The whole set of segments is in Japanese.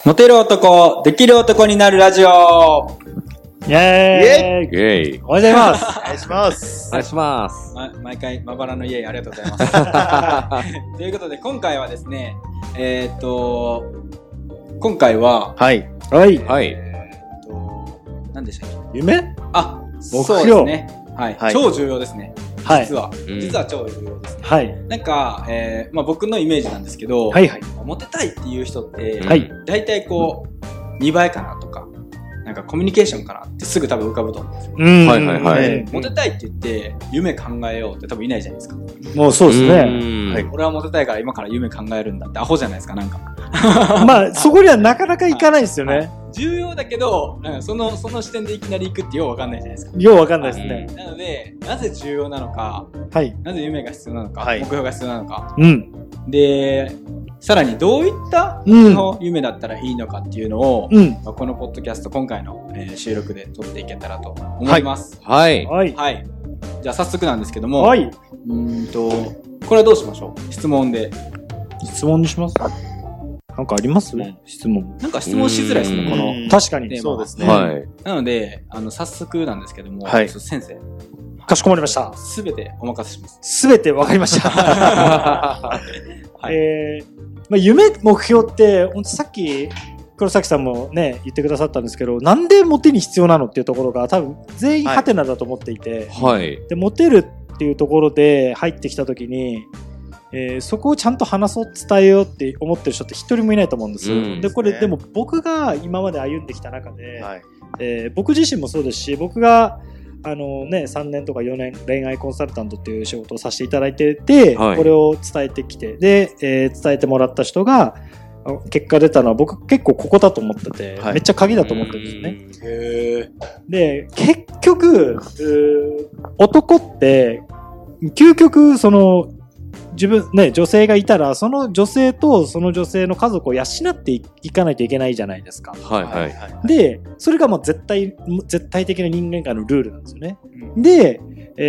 モテる男、できる男になるラジオ。 イェーイイェイ。 おはようございます。 お願いします。 お願いします。 毎回、まばらのイエイありがとうございます。ということで、今回はですね、今回は、 はい。 はい。 はい。 何でしたっけ？ 夢？ そうですね。はい。 はい、 超重要ですね。 はい。 実は超重要ですね。 はい。 なんか、僕のイメージなんですけど、 はいはい。 モテたいっていう人って、 はい。 大体こう、見栄えかなとか、なんかコミュニケーションかなってすぐ多分浮かぶと思うんですよ。 はいはいはい。 モテたいって言って、夢考えようって多分いないじゃないですか。 もうそうですね。 はい。俺はモテたいから今から夢考えるんだってアホじゃないですか、なんか。 まあ、そこにはなかなかいかないですよね。 重要だけど、なんかその視点でいきなり行くってようわかんないじゃないですか。 ようわかんないですね。 なので、なぜ重要なのか、 はい。 なぜ夢が必要なのか、 はい、 目標が必要なのか。 うん。 で、さらにどういったの夢だったらいいのかっていうのを、このポッドキャスト、今回の、収録で撮っていけたらと思います。 はい。 はい。 はい。じゃあ早速なんですけども、 はい。 これはどうしましょう？質問で。 質問にします？なんかあります？質問。 なんか質問しづらいですね、この。 確かに。 そうですね。 はい。 なので、早速なんですけども、 はい。 先生。 かしこまりました。 すべてお任せします。 すべてわかりました。はい。夢、目標って、さっき、黒崎さんもね、言ってくださったんですけど、なんでモテに必要なのっていうところが多分全員ハテナだと思っていて、 はい。 で、モテるっていうところで入ってきたときに、そこをちゃんと話そう、伝えようって思ってる人って一人もいないと思うんですよ。で、これ、でも僕が今まで歩んできた中で、はい、僕自身もそうですし、僕が、3年とか4年恋愛コンサルタントっていう仕事をさせていただいてて、はい、これを伝えてきて、で、伝えてもらった人が、結果出たのは僕結構ここだと思ってて、はい、めっちゃ鍵だと思ってるんですね。へで、結局、男って、究極、自分ね、女性がいたら、その女性とその女性の家族を養っていかないといけないじゃないですか。 はいはい。 で、それがもう絶対的な人間界のルールなんですよね。で、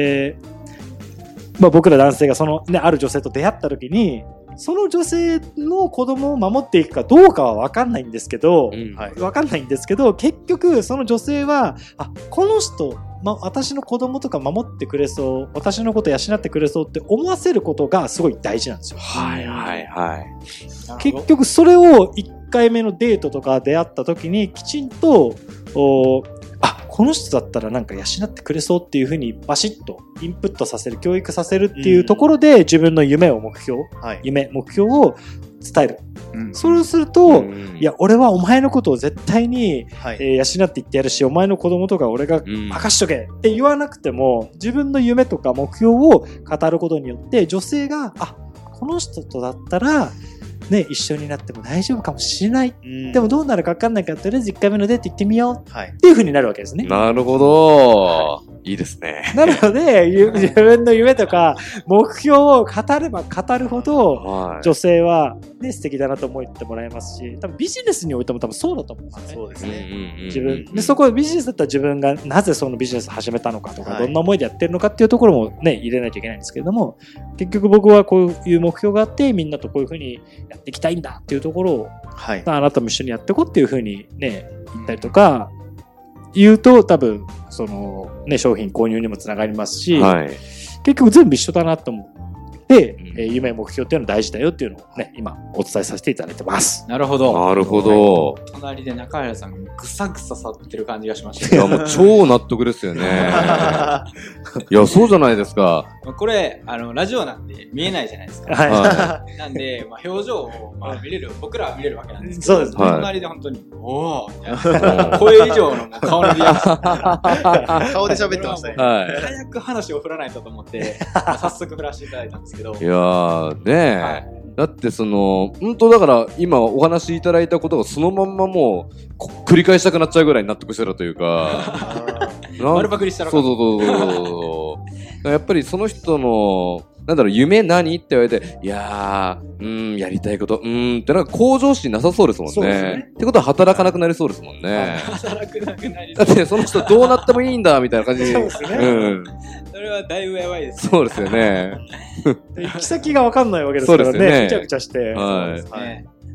僕ら男性がある女性と出会った時に、その女性の子供を守っていくかどうかは分かんないんですけど、結局その女性は、この人、私の子供とか守ってくれそう、私のこと養ってくれそうって思わせることがすごい大事なんですよ。 はいはいはい。 結局それを1回目のデートとか出会った時にきちんと、この人だったらなんか養ってくれそうっていう風にバシッとインプットさせる、教育させるっていうところで自分の夢、目標を伝える。そうすると、いや、俺はお前のことを絶対に、養っていってやるし、お前の子供とか俺が任しとけって言わなくても、自分の夢とか目標を語ることによって、女性が、この人とだったら、ね、一緒になっても大丈夫かもしれない。でもどうなるか分かんないから、とりあえず1回目のデート行ってみよう。っていう風になるわけですね。 なるほど。いいですね。 なので、自分の夢とか目標を語れば語るほど、女性は、ね、素敵だなと思ってもらえますし、多分ビジネスにおいても多分そうだと思うんですね。 そうですね。 自分で、そこビジネスだったら自分がなぜそのビジネスを始めたのかとか、どんな思いでやってるのかっていうところもね、入れないといけないんですけれども、結局僕はこういう目標があって、みんなとこういうふうにやっていきたいんだっていうところを、あなたも一緒にやっていこうっていうふうにね、言ったりとか、言うと多分、商品購入にもつながりますし、結局全部一緒だなと思って、夢、目標っていうのは大事だよっていうのをね、今お伝えさせていただいてます。 なるほど。 なるほど。 隣で中原さんがぐさぐさ触ってる感じがしました。 いや、もう超納得ですよね。いや、そうじゃないですか。 これ、ラジオなんで見えないじゃないですか。なんで、表情を、見れる、僕らは見れるわけなんですけど、 そうですね。 隣で本当に、おー声以上の顔のリアクション。 顔で喋ってましたね。 早く話を振らないとと思って、早速振らせていただいたんですけど。 いやー、ねえ。だって本当だから今お話しいただいたことがそのまんまもう繰り返したくなっちゃうぐらい納得してたというか。 丸パクリしたらそう。やっぱりその人の、夢何って言われて、いやー、やりたいこと、ってなんか向上心なさそうですもんね。 そうですね。 ってことは働かなくなりそうですもんね。 働くなくなりそう。 だってその人どうなってもいいんだ、みたいな感じで。 そうですね。 それはだいぶやばいですね。そうですよね。 行き先がわかんないわけですからね。ぐちゃぐちゃして。 はい。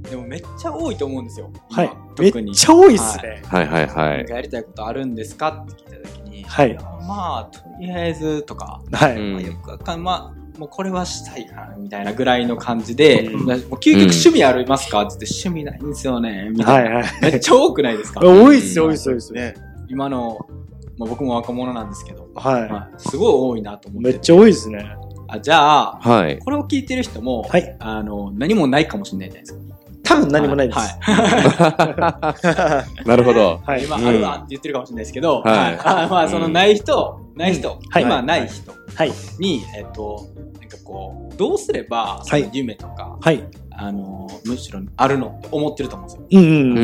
でもめっちゃ多いと思うんですよ。 はい。 特にめっちゃ多いっすね。 はいはいはい。 やりたいことあるんですかって聞いたときに、 はい。 まあ、とりあえずとか、 はい。 まあ、よくわかんまあ、もうこれはしたいかな、みたいなぐらいの感じで、もう究極趣味ありますかって言って、趣味ないんですよね、みたいな。はいはい。めっちゃ多くないですか？ 多いっすよ、多いっすよ、多いっすよ。 今の、まあ僕も若者なんですけど、 はい。 まあ、すごい多いなと思って。 めっちゃ多いですね。 じゃあ、 はい。 これを聞いてる人も、 はい。 何もないかもしれないじゃないですか。 多分何もないです。 はい。なるほど。 はい。今、あるわって言ってるかもしれないですけど、はい。まあ、そのない人、今ない人に、なんかこう、どうすれば、その夢とか、はい。むしろあるのって思ってると思うんですよ。うん。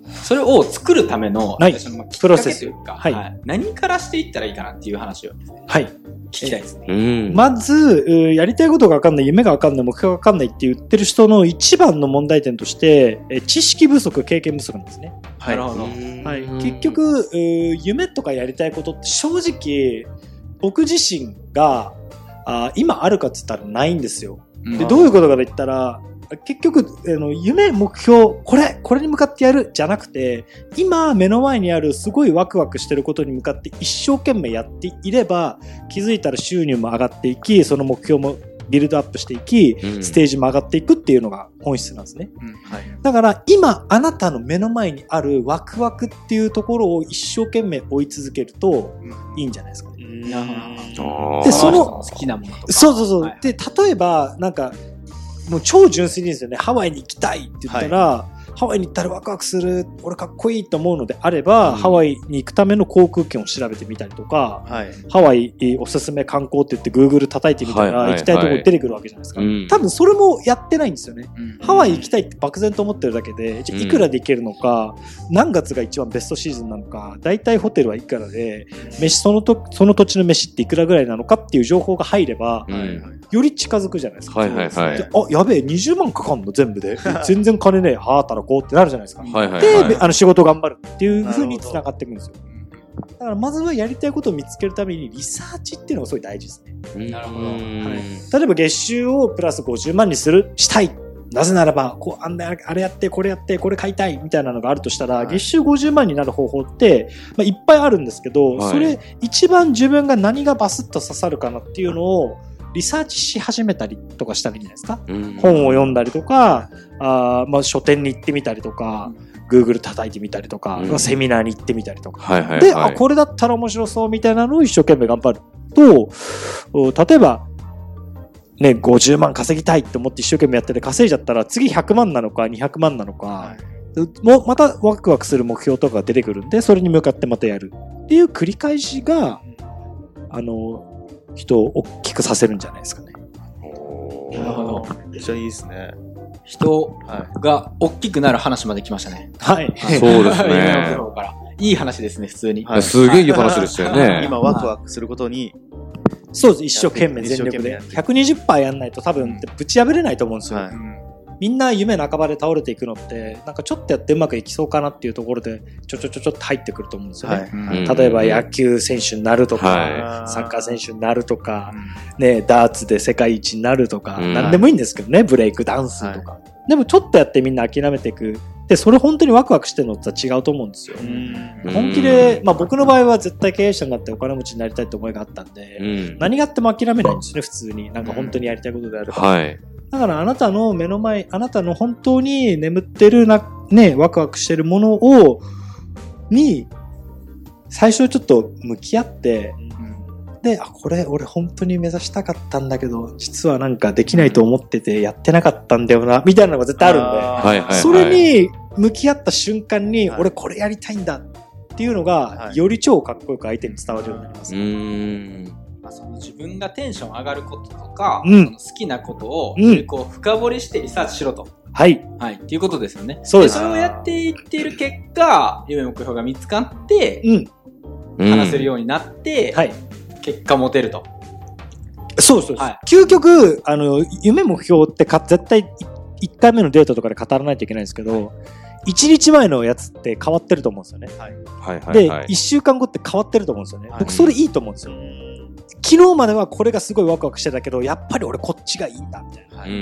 それを作るための、プロセスというか、はい。何からしていったらいいかなっていう話を、はい。聞きたいですね。 まず、やりたいことがわかんない、夢がわかんない、目標がわかんないって言ってる人の一番の問題点として、知識不足、経験不足なんですね。 なるほど。 はい。結局、夢とかやりたいことって正直、僕自身が、今あるかって言ったらないんですよ。で、どういうことかと言ったら、結局、夢、目標、これに向かってやるじゃなくて、今目の前にあるすごいワクワクしてることに向かって一生懸命やっていれば、気づいたら収入も上がっていき、その目標もビルドアップしていき、ステージも上がっていくっていうのが本質なんですね。はい、だから今あなたの目の前にあるワクワクっていうところを一生懸命追い続けるといいんじゃないですかね。 で、その好きなものとか。 そう。で、例えば、なんか、もう超純粋にですよね。ハワイに行きたいって言ったら、ハワイに行ったらワクワクする、俺かっこいいと思うのであれば、ハワイに行くための航空券を調べてみたりとか、ハワイおすすめ観光って言って Google 叩いてみたら行きたいところ出てくるわけじゃないですか。多分それもやってないんですよね。ハワイ行きたいって漠然と思ってるだけで、じゃいくらで行けるのか、何月が一番ベストシーズンなのか、大体ホテルはいくらで、その土地の飯っていくらぐらいなのかっていう情報が入れば、より近づくじゃないですか。やべえ、20万かかんの全部で。全然金ねえ、働こうってなるじゃないですか。で、仕事頑張るっていう風に繋がっていくんですよ。だからまずはやりたいことを見つけるためにリサーチっていうのがすごい大事ですね。 なるほど。 例えば月収をプラス50万にしたい。なぜならば、あれやって、これやって、これ買いたいみたいなのがあるとしたら、月収50万になる方法って、いっぱいあるんですけど、それ一番自分が何がバスッと刺さるかなっていうのを、リサーチし始めたりとかしたらいいんじゃないですか。本を読んだりとか、書店に行ってみたりとか、Google 叩いてみたりとか、セミナーに行ってみたりとか。で、これだったら面白そうみたいなのを一生懸命頑張ると、例えば、ね、50万稼ぎたいって思って一生懸命やってて稼いじゃったら、次100万なのか200万なのか、またワクワクする目標とかが出てくるんで、それに向かってまたやるっていう繰り返しが、人を大きくさせるんじゃないですかね。 なるほど。 めっちゃいいですね。 人が大きくなる話まで来ましたね。 はい。 そうですね。 いい話ですね、普通に。 すげえいい話ですよね。 今ワクワクすることに。 そうです。一生懸命全力で。120% やんないと多分ぶち破れないと思うんですよ。みんな夢半ばで倒れていくのって、なんかちょっとやってうまくいきそうかなっていうところで、ちょっと入ってくると思うんですよね。例えば野球選手になるとか、サッカー選手になるとか、ね、ダーツで世界一になるとか、なんでもいいんですけどね、ブレイクダンスとか。でもちょっとやってみんな諦めていく。で、それ本当にワクワクしてるのとは違うと思うんですよ。本気で、僕の場合は絶対経営者になってお金持ちになりたいって思いがあったんで、何があっても諦めないんですね、普通に。なんか本当にやりたいことであれば。だからあなたの目の前、あなたの本当に眠ってるね、ワクワクしてるものに、最初ちょっと向き合って、で、これ俺本当に目指したかったんだけど、実はなんかできないと思っててやってなかったんだよな、みたいなのが絶対あるんで、それに向き合った瞬間に、俺これやりたいんだっていうのが、より超かっこよく相手に伝わるようになります。 その自分がテンション上がることとか、その好きなことを、こう深掘りしてリサーチしろと。 はい。 はい。っていうことですよね。 そうです。 それをやっていっている結果、夢目標が見つかって、話せるようになって、結果持てると。 そう。究極、夢目標って絶対1回目のデータとかで語らないといけないんですけど、1日前のやつって変わってると思うんですよね。で、1週間後って変わってると思うんですよね。僕それいいと思うんですよ。昨日まではこれがすごいワクワクしてたけど、やっぱり俺こっちがいいんだみたいな。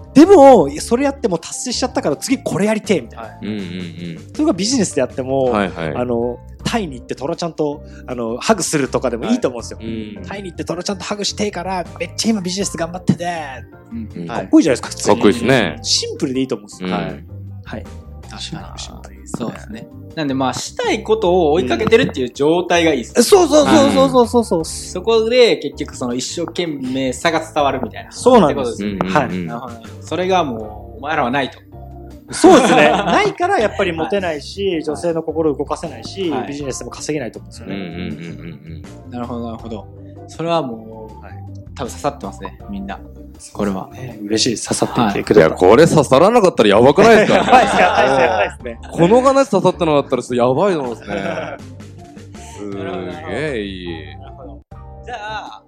でもそれやっても達成しちゃったから次これやりてえみたいな、それがビジネスであっても、タイに行ってトラちゃんとハグするとかでもいいと思うんですよ、タイに行ってトラちゃんとハグしてえからめっちゃ今ビジネス頑張ってて、かっこいいじゃないですか。普通にかっこいいですね。 シンプルでいいと思うんですよ。はい、 確かにそうですね。なんでしたいことを追いかけてるっていう状態がいいですね。 そう。 そこで結局その一生懸命さが伝わるみたいな。 そうなんです。 はい。それがもうお前らはないと。 そうですね。ないからやっぱりモテないし、女性の心を動かせないし、ビジネスも稼げないと思うんですよね。 なるほど。それはもう多分刺さってますね、みんな。これは。 嬉しい。刺さっていてくれた。 いや、これ刺さらなかったらやばくないですか？ やばいですね。 この話刺さってなかったらやばいと思うんですね。すげえいい。 なるほど。じゃあ、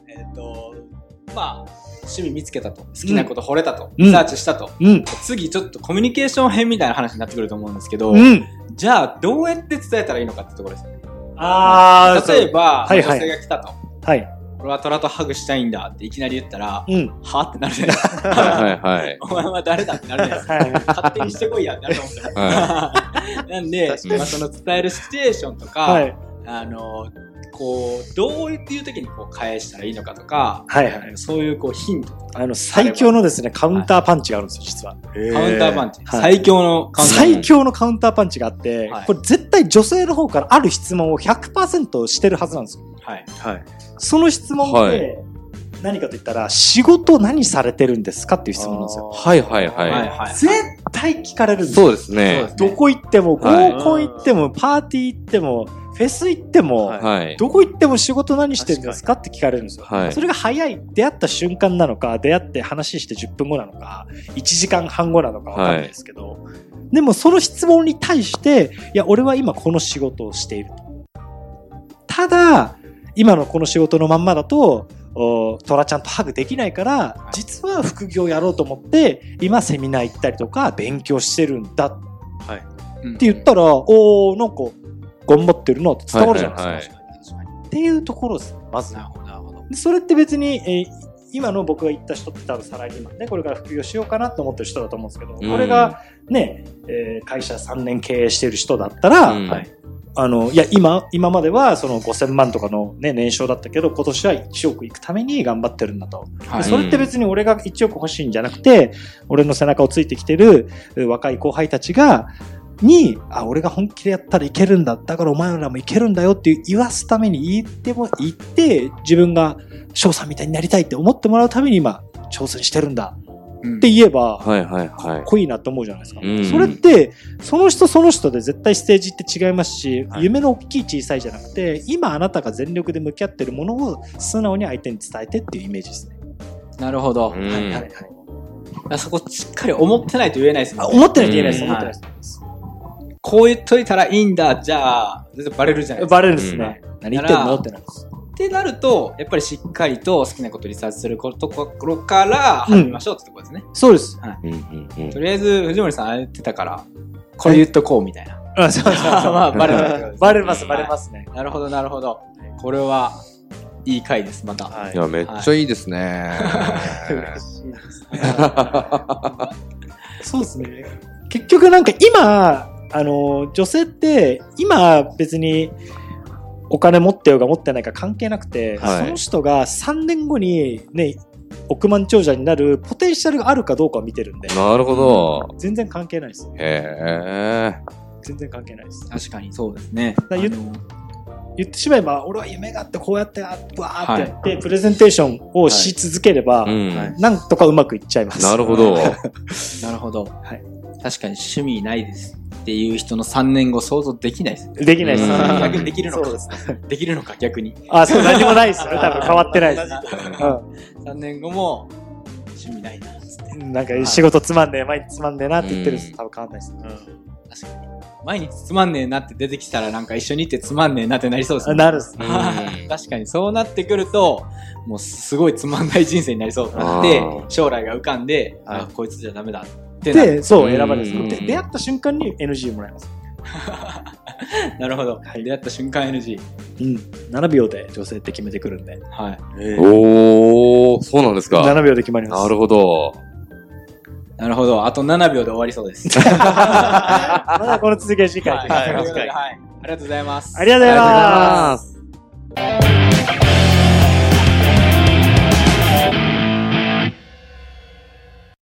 趣味見つけたと。好きなこと惚れたと。リサーチしたと。次ちょっとコミュニケーション編みたいな話になってくると思うんですけど、じゃあどうやって伝えたらいいのかってところですよね。例えば、女性が来たと。俺はトラとハグしたいんだっていきなり言ったら、はってなるじゃないですか。お前は誰だってなるじゃないですか。勝手にしてこいやってなると思うんですよ。なんで、その伝えるシチュエーションとか、どういう時に返したらいいのかとか、そういうヒントとか。 最強のですね、カウンターパンチがあるんですよ、実は。 カウンターパンチ最強のカウンターパンチ。 最強のカウンターパンチがあって、これ絶対女性の方からある質問を 100% してるはずなんですよ。その質問って何かと言ったら、仕事何されてるんですかっていう質問なんですよ。絶対聞かれるんですよ。 そうですね。 どこ行っても、合コン行っても、パーティー行っても、フェス行っても、どこ行っても仕事何してるんですかって聞かれるんですよ。それが早い、出会った瞬間なのか、出会って話して10分後なのか、1時間半後なのかわかんないですけど、でもその質問に対して、いや、俺は今この仕事をしていると。ただ、今のこの仕事のまんまだと、トラちゃんとハグできないから、実は副業やろうと思って、今セミナー行ったりとか勉強してるんだ。って言ったら、なんか、頑張ってるなって伝わるじゃないですか。っていうところです。まず。それって別に、今の僕が言った人って多分サラリーマンで、これから副業しようかなと思ってる人だと思うんですけど、これがね、会社3年経営してる人だったら、いや、今まではその5000万とかのね、年商だったけど、今年は1億いくために頑張ってるんだと。それって別に俺が1億欲しいんじゃなくて、俺の背中をついてきてる若い後輩たち俺が本気でやったらいけるんだ。だからお前らもいけるんだよって言わすために言って、自分が翔さんみたいになりたいって思ってもらうために今、挑戦してるんだ。って言えば、かっこいいなと思うじゃないですか。それって、その人で絶対ステージって違いますし、夢の大きい小さいじゃなくて、今あなたが全力で向き合ってるものを素直に相手に伝えてっていうイメージですね。 なるほど。そこしっかり思ってないと言えないですね。 思ってないと言えないです。思ってないです。 こう言っといたらいいんだ、じゃあ、全然バレるじゃないですか。 バレるですね。何言ってんのってなるんです。 ってなると、やっぱりしっかりと好きなことをリサーチするところから始めましょうってところですね。 そうです。 とりあえず、藤森さんあれ言ってたから、これ言っとこうみたいな。 そう。まあ、バレますね。 なるほど。これはいい回です、また。 いや、めっちゃいいですね。 そうですね。結局なんか今、女性って今別にお金持ってようが持ってないか関係なくて、その人が3年後にね、億万長者になるポテンシャルがあるかどうかを見てるんで。 なるほど。 全然関係ないです。全然関係ないです。 確かにそうですね。 言ってしまえば、俺は夢があってこうやってわーってやって、プレゼンテーションをし続ければ、なんとかうまくいっちゃいます。 なるほど。 なるほど。確かに趣味ないですっていう人の3年後想像できないです。 できないです。 逆にできるのか。できるのか、逆に。 そう、何もないですよね。多分変わってないです。 3年後も、趣味ないな、つって。 なんか仕事つまんねえ、毎日つまんねえなって言ってる人多分変わんないです。 確かに。毎日つまんねえなって出てきたらなんか一緒に行ってつまんねえなってなりそうですね。 なるっすね。 確かにそうなってくると、もうすごいつまんない人生になりそうになって、将来が浮かんで、こいつじゃダメだってなる。 で、そう、選ばれる。出会った瞬間に NG もらいます。 なるほど。出会った瞬間 NG。 7秒で女性って決めてくるんで。 おー、そうなんですか。 7秒で決まります。 なるほど。 なるほど。あと7秒で終わりそうです。 まだこの続きは次回。 はい。ありがとうございます。 ありがとうございます。